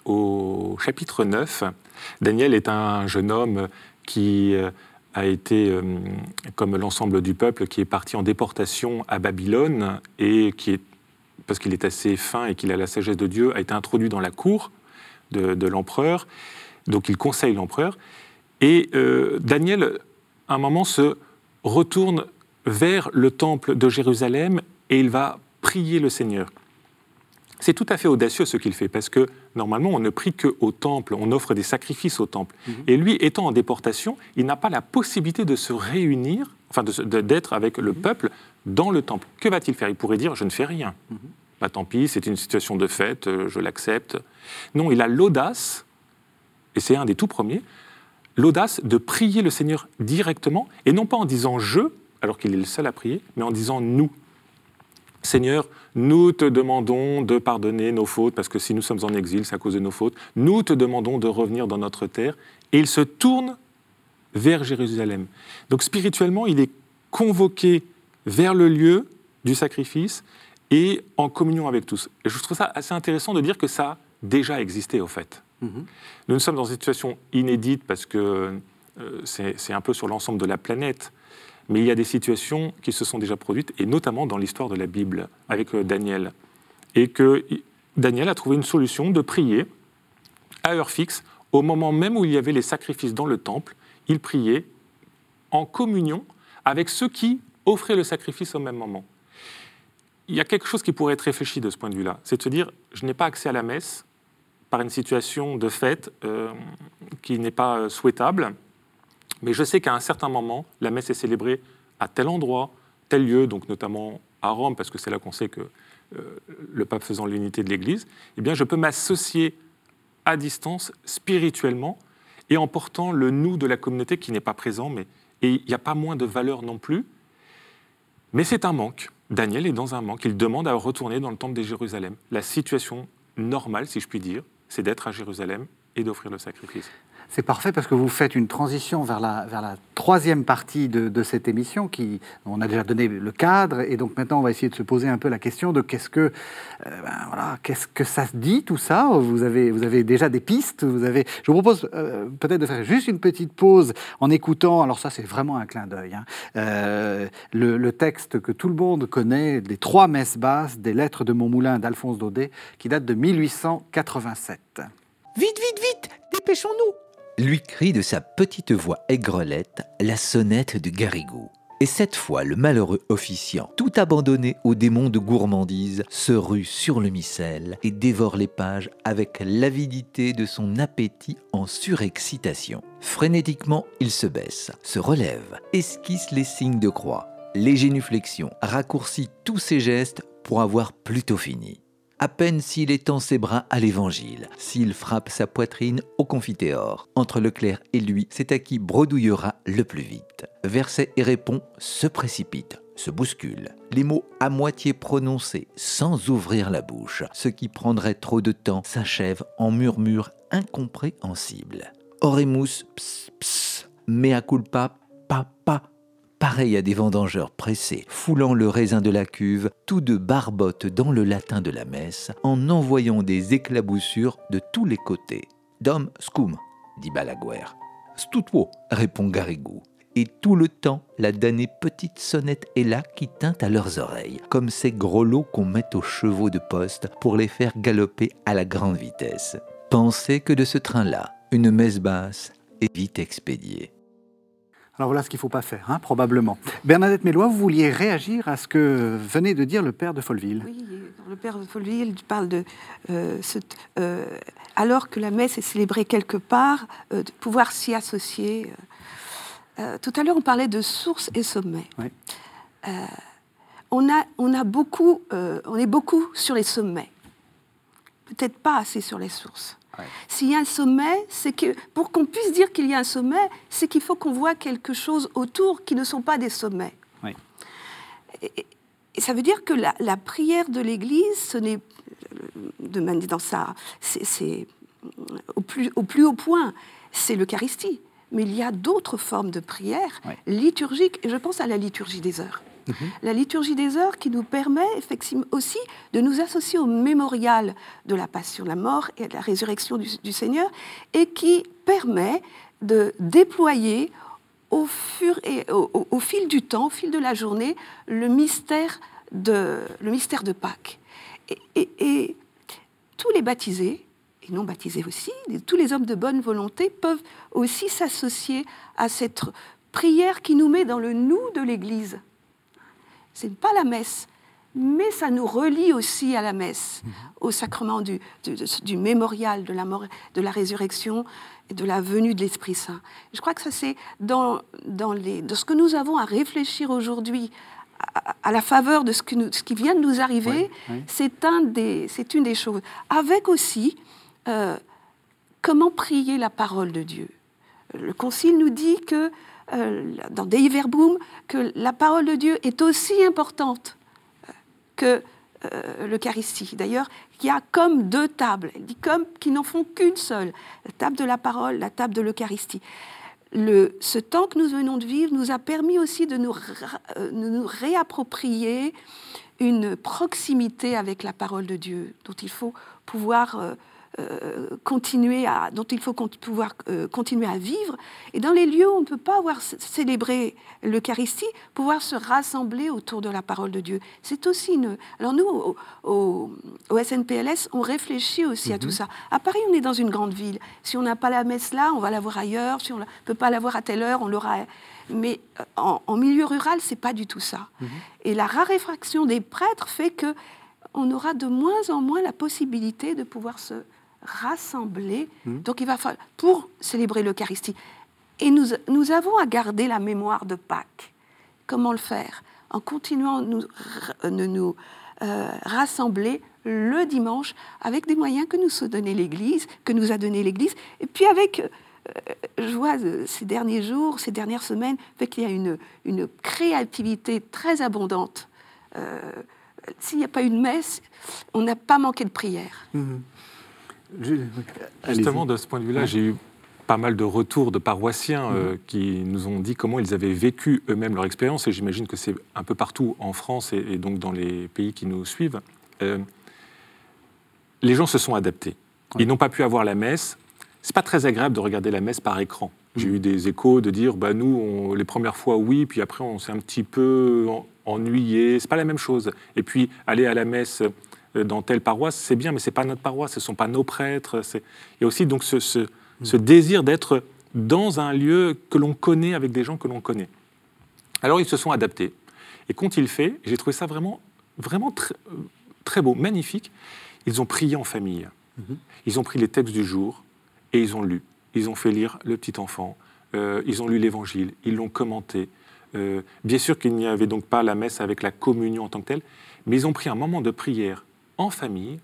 au chapitre neuf. Daniel est un jeune homme qui a été, euh, comme l'ensemble du peuple, qui est parti en déportation à Babylone et qui est, parce qu'il est assez fin et qu'il a la sagesse de Dieu, a été introduit dans la cour de, de l'empereur. Donc il conseille l'empereur. Et euh, Daniel, à un moment, se retourne vers le temple de Jérusalem et il va prier le Seigneur. C'est tout à fait audacieux ce qu'il fait, parce que normalement, on ne prie qu'au temple, on offre des sacrifices au temple. Mmh. Et lui, étant en déportation, il n'a pas la possibilité de se réunir, enfin de, de, d'être avec le peuple dans le temple. Que va-t-il faire ? Il pourrait dire « je ne fais rien mmh. ». Bah, tant pis, c'est une situation de fête, je l'accepte. Non, il a l'audace, et c'est un des tout premiers, l'audace de prier le Seigneur directement, et non pas en disant « je », alors qu'il est le seul à prier, mais en disant « nous ». Seigneur, nous te demandons de pardonner nos fautes, parce que si nous sommes en exil, c'est à cause de nos fautes. Nous te demandons de revenir dans notre terre. Et il se tourne vers Jérusalem. Donc spirituellement, il est convoqué vers le lieu du sacrifice et en communion avec tous. Et je trouve ça assez intéressant de dire que ça a déjà existé, au fait. Mmh. Nous sommes dans une situation inédite, parce que euh, c'est, c'est un peu sur l'ensemble de la planète. Mais il y a des situations qui se sont déjà produites, et notamment dans l'histoire de la Bible, avec Daniel. Et que Daniel a trouvé une solution de prier à heure fixe, au moment même où il y avait les sacrifices dans le temple. Il priait en communion avec ceux qui offraient le sacrifice au même moment. Il y a quelque chose qui pourrait être réfléchi de ce point de vue-là. C'est de se dire, je n'ai pas accès à la messe par une situation de fête euh, qui n'est pas souhaitable. Mais je sais qu'à un certain moment, la messe est célébrée à tel endroit, tel lieu, donc notamment à Rome, parce que c'est là qu'on sait que euh, le pape faisant l'unité de l'Église, eh bien, je peux m'associer à distance spirituellement et en portant le nous de la communauté qui n'est pas présent, mais, et il n'y a pas moins de valeur non plus. Mais c'est un manque. Daniel est dans un manque. Il demande à retourner dans le temple de Jérusalem. La situation normale, si je puis dire, c'est d'être à Jérusalem et d'offrir le sacrifice. C'est parfait parce que vous faites une transition vers la, vers la troisième partie de, de cette émission qui, on a déjà donné le cadre et donc maintenant on va essayer de se poser un peu la question de qu'est-ce que, euh, ben voilà, qu'est-ce que ça se dit tout ça. Vous avez, vous avez déjà des pistes. Vous avez, je vous propose euh, peut-être de faire juste une petite pause en écoutant, alors ça c'est vraiment un clin d'œil, hein, euh, le, le texte que tout le monde connaît, des trois messes basses des Lettres de Montmoulin d'Alphonse Daudet qui date de mille huit cent quatre-vingt-sept. Vite, vite, vite, dépêchons-nous! Lui crie de sa petite voix aigrelette la sonnette de Garrigou. Et cette fois, le malheureux officiant, tout abandonné aux démons de gourmandise, se rue sur le missel et dévore les pages avec l'avidité de son appétit en surexcitation. Frénétiquement, il se baisse, se relève, esquisse les signes de croix, les génuflexions, raccourcit tous ses gestes pour avoir plutôt fini. À peine s'il étend ses bras à l'évangile, s'il frappe sa poitrine au confiteor. Entre le clerc et lui, c'est à qui bredouillera le plus vite. Verset et répond se précipitent, se bousculent. Les mots à moitié prononcés, sans ouvrir la bouche, ce qui prendrait trop de temps, s'achève en murmures incompréhensibles. Oremus, ps, ps, mea culpa, pa, pa. Pareil à des vendangeurs pressés, foulant le raisin de la cuve, tous deux barbotent dans le latin de la messe, en envoyant des éclaboussures de tous les côtés. « Dom scum » dit Balaguer. « Stutwo » répond Garrigou. Et tout le temps, la damnée petite sonnette est là qui tinte à leurs oreilles, comme ces grelots qu'on met aux chevaux de poste pour les faire galoper à la grande vitesse. Pensez que de ce train-là, une messe basse est vite expédiée. Alors voilà ce qu'il ne faut pas faire, hein, probablement. Bernadette Mélois, vous vouliez réagir à ce que venait de dire le père de Folleville. Oui, le père de Folleville parle de... Euh, ce, euh, alors que la messe est célébrée quelque part, euh, de pouvoir s'y associer. Euh, tout à l'heure, on parlait de source et sommet. Oui. Euh, on, a, on, a beaucoup, euh, on est beaucoup sur les sommets. Peut-être pas assez sur les sources. Ouais. S'il y a un sommet, c'est que pour qu'on puisse dire qu'il y a un sommet, c'est qu'il faut qu'on voit quelque chose autour qui ne sont pas des sommets. Ouais. Et, et ça veut dire que la, la prière de l'Église, ce n'est de même dans ça, c'est, c'est au plus, au plus haut point, c'est l'Eucharistie. Mais il y a d'autres formes de prière ouais. liturgiques, et je pense à la liturgie des heures. Mmh. La liturgie des heures qui nous permet effectivement aussi de nous associer au mémorial de la passion, de la mort et de la résurrection du, du Seigneur, et qui permet de déployer au, fur et, au, au, au fil du temps, au fil de la journée, le mystère de, le mystère de Pâques. Et, et, et tous les baptisés, et non baptisés aussi, tous les hommes de bonne volonté peuvent aussi s'associer à cette prière qui nous met dans le nous de l'Église. Ce n'est pas la messe, mais ça nous relie aussi à la messe, mmh. au sacrement du, du, du mémorial de la mort, de la résurrection et de la venue de l'Esprit Saint. Je crois que ça, c'est dans, dans, les, dans ce que nous avons à réfléchir aujourd'hui, à, à la faveur de ce, que nous, ce qui vient de nous arriver, oui, oui. C'est, un des, c'est une des choses. Avec aussi, euh, comment prier la parole de Dieu. Le Concile nous dit que, euh, dans Dei Verbum, que la parole de Dieu est aussi importante que euh, l'Eucharistie. D'ailleurs, il y a comme deux tables. Elle dit comme qui n'en font qu'une seule. La table de la parole, la table de l'Eucharistie. Le, ce temps que nous venons de vivre nous a permis aussi de nous, euh, de nous réapproprier une proximité avec la parole de Dieu, dont il faut pouvoir... Euh, Euh, continuer à, dont il faut con- pouvoir euh, continuer à vivre. Et dans les lieux où on ne peut pas avoir c- célébré l'Eucharistie, pouvoir se rassembler autour de la parole de Dieu. C'est aussi une... Alors nous, au, au, au S N P L S, on réfléchit aussi mm-hmm. à tout ça. À Paris, on est dans une grande ville. Si on n'a pas la messe là, on va la voir ailleurs. Si on ne peut pas la voir à telle heure, on l'aura... Mais en, en milieu rural, ce n'est pas du tout ça. Mm-hmm. Et la raréfaction des prêtres fait qu'on aura de moins en moins la possibilité de pouvoir se rassembler, mmh. donc il va falloir, pour célébrer l'Eucharistie. Et nous, nous avons à garder la mémoire de Pâques. Comment le faire ? En continuant de nous, de nous euh, rassembler le dimanche avec des moyens que nous a donné l'Église, que nous a donné l'Église, et puis avec, euh, je vois euh, ces derniers jours, ces dernières semaines, fait qu'il y a une, une créativité très abondante. Euh, s'il n'y a pas eu de messe, on n'a pas manqué de prière. Mmh. Je... Justement, de ce point de vue-là, j'ai eu pas mal de retours de paroissiens mmh. euh, qui nous ont dit comment ils avaient vécu eux-mêmes leur expérience, et j'imagine que c'est un peu partout en France et, et donc dans les pays qui nous suivent. Euh, les gens se sont adaptés. Oui. Ils n'ont pas pu avoir la messe. C'est pas très agréable de regarder la messe par écran. Mmh. J'ai eu des échos de dire, bah, nous, on, les premières fois, oui, puis après, on s'est un petit peu ennuyé. C'est pas la même chose. Et puis, aller à la messe... dans telle paroisse, c'est bien, mais ce n'est pas notre paroisse, ce ne sont pas nos prêtres. C'est... Il y a aussi donc ce, ce, ce désir d'être dans un lieu que l'on connaît, avec des gens que l'on connaît. Alors, ils se sont adaptés. Et quand il fait, j'ai trouvé ça vraiment, vraiment très, très beau, magnifique. Ils ont prié en famille. Mm-hmm. Ils ont pris les textes du jour et ils ont lu. Ils ont fait lire le petit enfant. Euh, ils ont lu l'Évangile. Ils l'ont commenté. Euh, bien sûr qu'il n'y avait donc pas la messe avec la communion en tant que telle, mais ils ont pris un moment de prière en famille,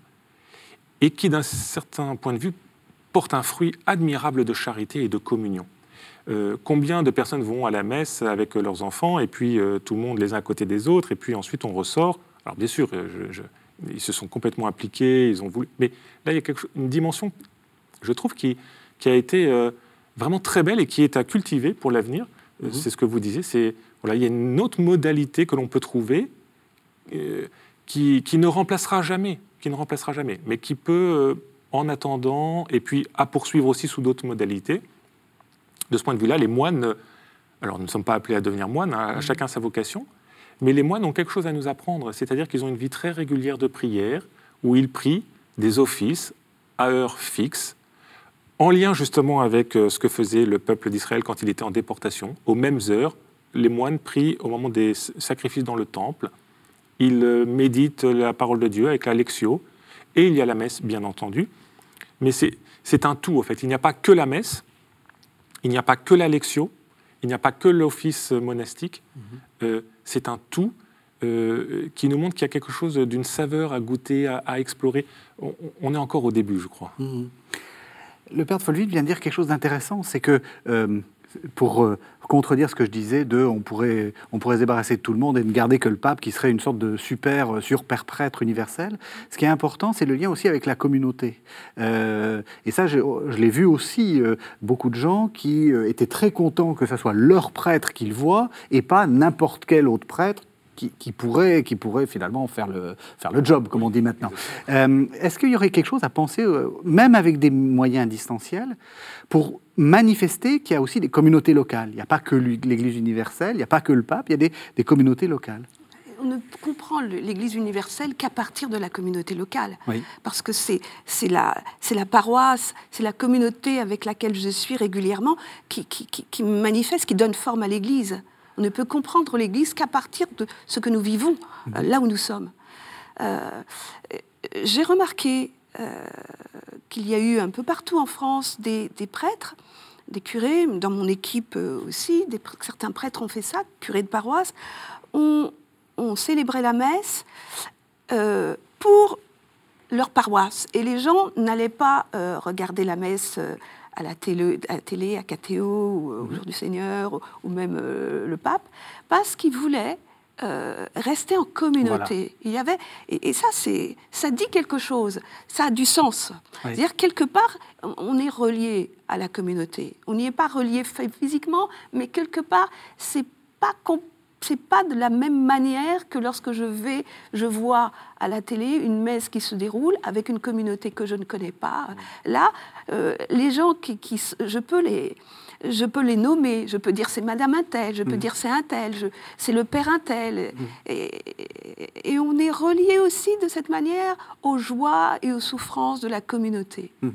et qui, d'un certain point de vue, porte un fruit admirable de charité et de communion. Euh, combien de personnes vont à la messe avec leurs enfants, et puis euh, tout le monde les uns à côté des autres, et puis ensuite on ressort. Alors bien sûr, je, je, ils se sont complètement impliqués, ils ont voulu... Mais là, il y a quelque chose, une dimension, je trouve, qui, qui a été euh, vraiment très belle et qui est à cultiver pour l'avenir. Mm-hmm. C'est ce que vous disiez, c'est, voilà, il y a une autre modalité que l'on peut trouver, euh, Qui, qui ne remplacera jamais, qui ne remplacera jamais, mais qui peut, euh, en attendant, et puis à poursuivre aussi sous d'autres modalités. De ce point de vue-là, les moines, alors nous ne sommes pas appelés à devenir moines, hein, à chacun sa vocation, mais les moines ont quelque chose à nous apprendre, c'est-à-dire qu'ils ont une vie très régulière de prière, où ils prient des offices à heure fixe, en lien justement avec euh, ce que faisait le peuple d'Israël quand il était en déportation. Aux mêmes heures, les moines prient au moment des sacrifices dans le temple. Ils méditent la parole de Dieu avec la lectio, et il y a la messe, bien entendu. Mais c'est, c'est un tout, en fait. Il n'y a pas que la messe, il n'y a pas que la lectio, il n'y a pas que l'office monastique. Mm-hmm. Euh, c'est un tout euh, qui nous montre qu'il y a quelque chose d'une saveur à goûter, à, à explorer. On, on est encore au début, je crois. Mm-hmm. Le père de Folleville vient de dire quelque chose d'intéressant, c'est que... Euh, pour euh, contredire ce que je disais de on pourrait, on pourrait se débarrasser de tout le monde et ne garder que le pape qui serait une sorte de super, super prêtre universel. Ce qui est important, c'est le lien aussi avec la communauté. Euh, et ça, je, je l'ai vu aussi, euh, beaucoup de gens qui euh, étaient très contents que ce soit leur prêtre qu'ils voient et pas n'importe quel autre prêtre qui, qui, pourrait, qui pourrait finalement faire le, faire le job, comme on dit maintenant. Euh, est-ce qu'il y aurait quelque chose à penser, euh, même avec des moyens distanciels, pour manifester qu'il y a aussi des communautés locales? Il n'y a pas que l'Église universelle, il n'y a pas que le pape, il y a des, des communautés locales. On ne comprend l'Église universelle qu'à partir de la communauté locale. Oui. Parce que c'est, c'est, la, c'est la paroisse, c'est la communauté avec laquelle je suis régulièrement qui, qui, qui, qui manifeste, qui donne forme à l'Église. On ne peut comprendre l'Église qu'à partir de ce que nous vivons, mmh. là où nous sommes. Euh, j'ai remarqué euh, qu'il y a eu un peu partout en France des, des prêtres, des curés, dans mon équipe aussi, des, certains prêtres ont fait ça, curés de paroisse, ont on célébrait la messe euh, pour leur paroisse. Et les gens n'allaient pas euh, regarder la messe euh, à, la télé, à la télé, à K T O, ou euh, au Jour du Seigneur, ou, ou même euh, le pape, parce qu'ils voulaient euh, rester en communauté. Voilà. Il y avait, et, et ça, c'est, ça dit quelque chose, ça a du sens. Oui. C'est-à-dire, quelque part, on est relié à la communauté. On n'y est pas relié physiquement, mais quelque part, c'est pas compliqué. C'est pas de la même manière que lorsque je vais, je vois à la télé une messe qui se déroule avec une communauté que je ne connais pas. Là, euh, les gens qui, qui je peux les, je peux les nommer. Je peux dire c'est Madame Untel, je peux mmh. dire c'est Untel, je, c'est le Père Untel. Mmh. Et, et on est relié aussi de cette manière aux joies et aux souffrances de la communauté. Mmh.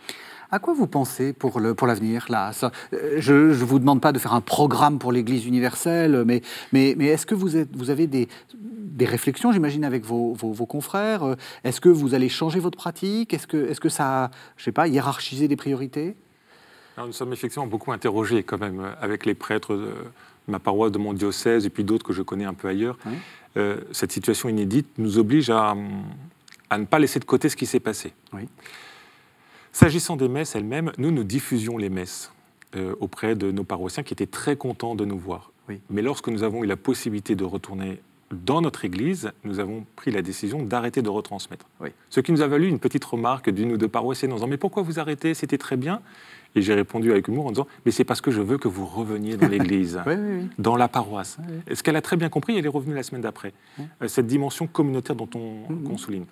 À quoi vous pensez pour, le, pour l'avenir là ça, Je ne vous demande pas de faire un programme pour l'Église universelle, mais, mais, mais est-ce que vous, êtes, vous avez des, des réflexions, j'imagine, avec vos, vos, vos confrères? Est-ce que vous allez changer votre pratique? Est-ce que, est-ce que ça, je ne sais pas, hiérarchiser des priorités? Alors, nous sommes effectivement beaucoup interrogés quand même avec les prêtres de ma paroisse, de mon diocèse et puis d'autres que je connais un peu ailleurs. Oui. Euh, cette situation inédite nous oblige à, à ne pas laisser de côté ce qui s'est passé. Oui. S'agissant des messes elles-mêmes, nous, nous diffusions les messes euh, auprès de nos paroissiens qui étaient très contents de nous voir. Oui. Mais lorsque nous avons eu la possibilité de retourner dans notre église, nous avons pris la décision d'arrêter de retransmettre. Oui. Ce qui nous a valu une petite remarque d'une ou deux paroissiennes en disant « Mais pourquoi vous arrêtez? C'était très bien !» Et j'ai répondu avec humour en disant « Mais c'est parce que je veux que vous reveniez dans l'église, oui, oui, oui. dans la paroisse. Oui, oui. » Ce qu'elle a très bien compris, elle est revenue la semaine d'après. Oui. Euh, cette dimension communautaire dont on, mmh. qu'on souligne.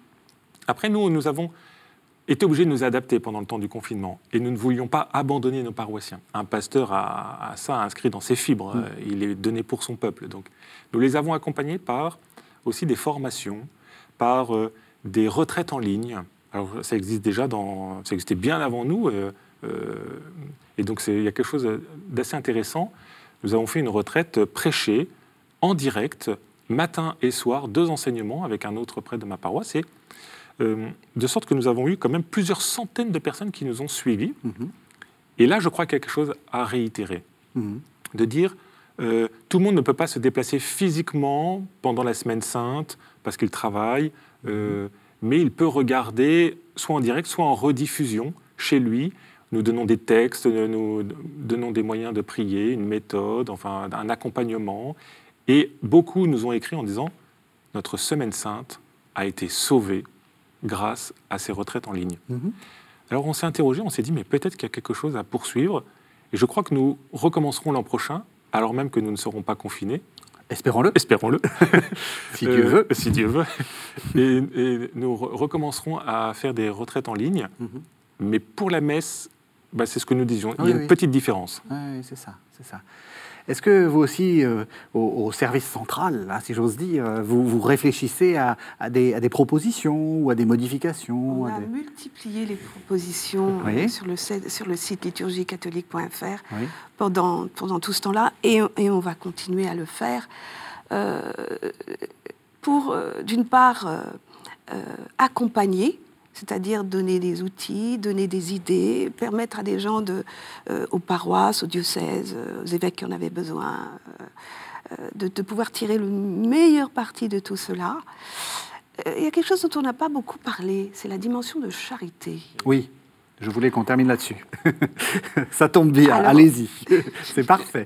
Après, nous, nous avons été obligés de nous adapter pendant le temps du confinement. Et nous ne voulions pas abandonner nos paroissiens. Un pasteur a, a ça inscrit dans ses fibres. Mmh. Il est donné pour son peuple. Donc, nous les avons accompagnés par aussi des formations, par euh, des retraites en ligne. Alors, ça existe déjà dans... Ça existait bien avant nous. Euh, euh, et donc, c'est, il y a quelque chose d'assez intéressant. Nous avons fait une retraite prêchée, en direct, matin et soir, deux enseignements avec un autre prêtre de ma paroisse. Et Euh, de sorte que nous avons eu quand même plusieurs centaines de personnes qui nous ont suivis. Mmh. Et là, je crois qu'il y a quelque chose à réitérer. Mmh. De dire, euh, tout le monde ne peut pas se déplacer physiquement pendant la semaine sainte, parce qu'il travaille, euh, mmh. mais il peut regarder, soit en direct, soit en rediffusion, chez lui. Nous donnons des textes, nous donnons des moyens de prier, une méthode, enfin un accompagnement. Et beaucoup nous ont écrit en disant, notre semaine sainte a été sauvée grâce à ces retraites en ligne. Mmh. Alors on s'est interrogé, on s'est dit, mais peut-être qu'il y a quelque chose à poursuivre. Et je crois que nous recommencerons l'an prochain, alors même que nous ne serons pas confinés. Espérons-le. Espérons-le. si Dieu veut. Euh, si Dieu veut. Et, et nous re- recommencerons à faire des retraites en ligne. Mmh. Mais pour la messe, bah, c'est ce que nous disions. Ah, Il y a oui, une oui. petite différence. Oui, oui, c'est ça, c'est ça. Est-ce que vous aussi, euh, au, au service central, là, si j'ose dire, vous, vous réfléchissez à, à, des, à des propositions ou à des modifications? On a des... multiplié les propositions oui. euh, sur, le, sur le site liturgie catholique point f r oui. pendant, pendant tout ce temps-là, et, et on va continuer à le faire euh, pour, euh, d'une part, euh, euh, accompagner, c'est-à-dire donner des outils, donner des idées, permettre à des gens, de, euh, aux paroisses, aux diocèses, aux évêques qui en avaient besoin, euh, de, de pouvoir tirer le meilleur parti de tout cela. Euh, il y a quelque chose dont on n'a pas beaucoup parlé, c'est la dimension de charité. Oui, je voulais qu'on termine là-dessus. Ça tombe bien, alors, allez-y, c'est parfait.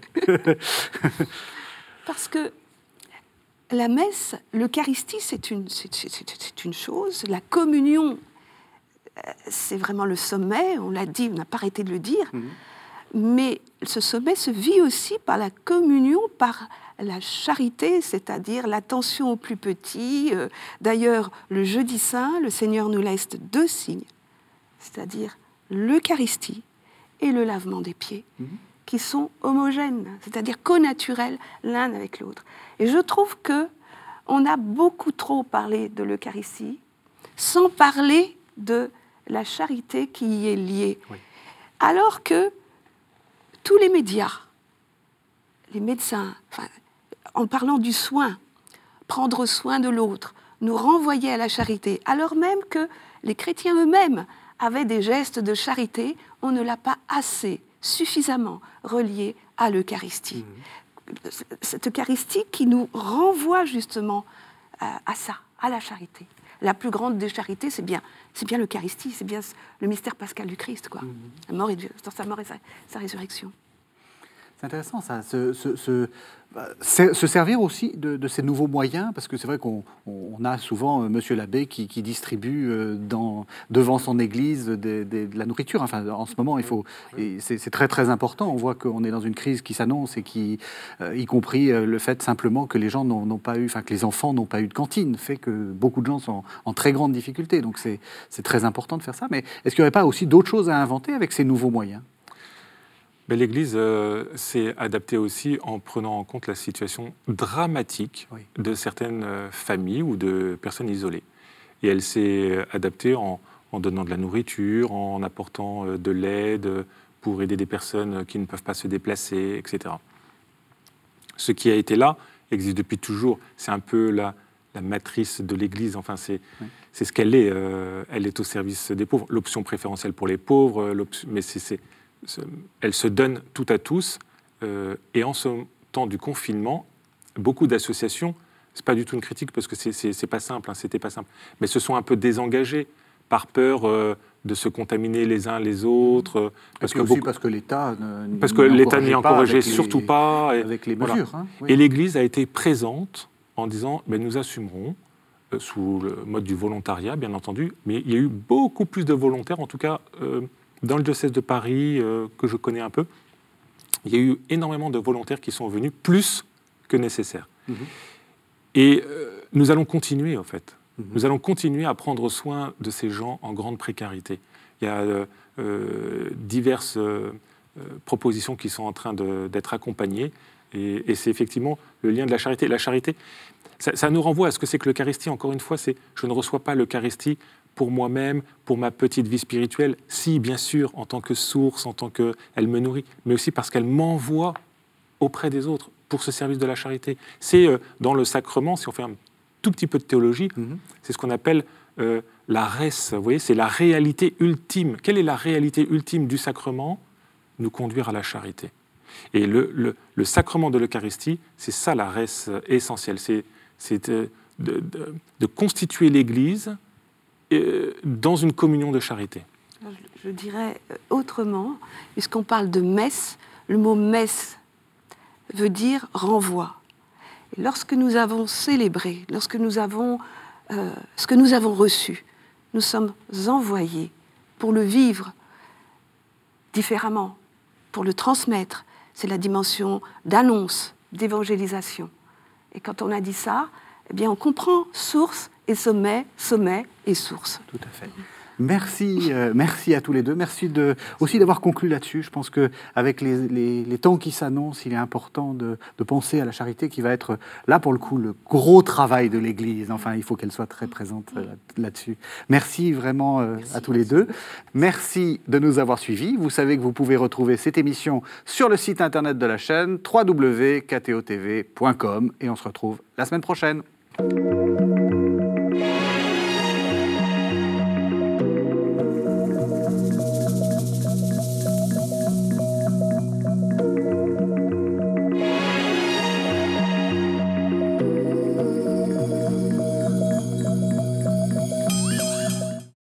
Parce que la messe, l'Eucharistie, c'est une, c'est, c'est, c'est une chose, la communion, c'est vraiment le sommet, on l'a dit, on n'a pas arrêté de le dire, mmh. Mais ce sommet se vit aussi par la communion, par la charité, c'est-à-dire l'attention aux plus petits. D'ailleurs, le jeudi saint, le Seigneur nous laisse deux signes, c'est-à-dire l'Eucharistie et le lavement des pieds, mmh. qui sont homogènes, c'est-à-dire connaturels l'un avec l'autre. Et je trouve qu'on a beaucoup trop parlé de l'Eucharistie sans parler de la charité qui y est liée. Oui. Alors que tous les médias, les médecins, enfin, en parlant du soin, prendre soin de l'autre, nous renvoyaient à la charité, alors même que les chrétiens eux-mêmes avaient des gestes de charité, on ne l'a pas assez, suffisamment relié à l'Eucharistie. Mmh. Cette Eucharistie qui nous renvoie justement à, à ça, à la charité. La plus grande des charités, c'est bien, c'est bien l'Eucharistie, c'est bien le mystère pascal du Christ, quoi. Mmh. La mort et, sa mort et sa, sa résurrection. C'est intéressant, ça, se, se, se, se servir aussi de, de ces nouveaux moyens, parce que c'est vrai qu'on on a souvent euh, Monsieur l'abbé qui, qui distribue euh, dans, devant son église de, de, de la nourriture. Enfin, en ce moment, il faut, et c'est, c'est très très important. On voit qu'on est dans une crise qui s'annonce et qui, euh, y compris euh, le fait simplement que les gens n'ont, n'ont pas eu, enfin que les enfants n'ont pas eu de cantine, fait que beaucoup de gens sont en, en très grande difficulté. Donc c'est, c'est très important de faire ça. Mais est-ce qu'il n'y aurait pas aussi d'autres choses à inventer avec ces nouveaux moyens ? Mais l'Église euh, s'est adaptée aussi en prenant en compte la situation dramatique oui. de certaines euh, familles ou de personnes isolées. Et elle s'est adaptée en, en donnant de la nourriture, en apportant euh, de l'aide pour aider des personnes qui ne peuvent pas se déplacer, et cetera. Ce qui a été là existe depuis toujours. C'est un peu la, la matrice de l'Église. Enfin, c'est, oui. c'est ce qu'elle est. Euh, elle est au service des pauvres. L'option préférentielle pour les pauvres, mais c'est... c'est elle se donne tout à tous, euh, et en ce temps du confinement, beaucoup d'associations, c'est pas du tout une critique parce que c'est, c'est, c'est pas simple, hein, c'était pas simple, mais se sont un peu désengagées par peur euh, de se contaminer les uns les autres. Euh, parce que aussi beaucoup, parce que l'État ne, parce que l'État n'y encourageait surtout les, pas. Et, avec les mesures. Voilà. Hein, oui. Et l'Église a été présente en disant, ben, nous assumerons, euh, sous le mode du volontariat, bien entendu, mais il y a eu beaucoup plus de volontaires, en tout cas. Euh, Dans le diocèse de Paris, euh, que je connais un peu, il y a eu énormément de volontaires qui sont venus, plus que nécessaire. Mmh. Et euh, nous allons continuer, en fait. Mmh. Nous allons continuer à prendre soin de ces gens en grande précarité. Il y a euh, euh, diverses euh, propositions qui sont en train de, d'être accompagnées. Et, et c'est effectivement le lien de la charité. La charité, ça, ça nous renvoie à ce que c'est que l'Eucharistie. Encore une fois, c'est je ne reçois pas l'Eucharistie pour moi-même, pour ma petite vie spirituelle, si, bien sûr, en tant que source, en tant qu'elle me nourrit, mais aussi parce qu'elle m'envoie auprès des autres pour ce service de la charité. C'est euh, dans le sacrement, si on fait un tout petit peu de théologie, mm-hmm. c'est ce qu'on appelle euh, la res, vous voyez, c'est la réalité ultime. Quelle est la réalité ultime du sacrement ? Nous conduire à la charité. Et le, le, le sacrement de l'Eucharistie, c'est ça la res essentielle, c'est, c'est de, de, de, de constituer l'Église dans une communion de charité. Je dirais autrement, puisqu'on parle de messe, le mot messe veut dire renvoi. Et lorsque nous avons célébré, lorsque nous avons euh, ce que nous avons reçu, nous sommes envoyés pour le vivre différemment, pour le transmettre. C'est la dimension d'annonce, d'évangélisation. Et quand on a dit ça, eh bien on comprend source et sommet, sommet et source. Tout à fait. Merci, euh, merci à tous les deux. Merci de, aussi d'avoir conclu là-dessus. Je pense qu'avec les, les, les temps qui s'annoncent, il est important de, de penser à la charité qui va être, là pour le coup, le gros travail de l'Église. Enfin, il faut qu'elle soit très présente euh, là-dessus. Merci vraiment euh, merci, à tous les deux. Merci de nous avoir suivis. Vous savez que vous pouvez retrouver cette émission sur le site internet de la chaîne w w w point k t o t v point com et on se retrouve la semaine prochaine.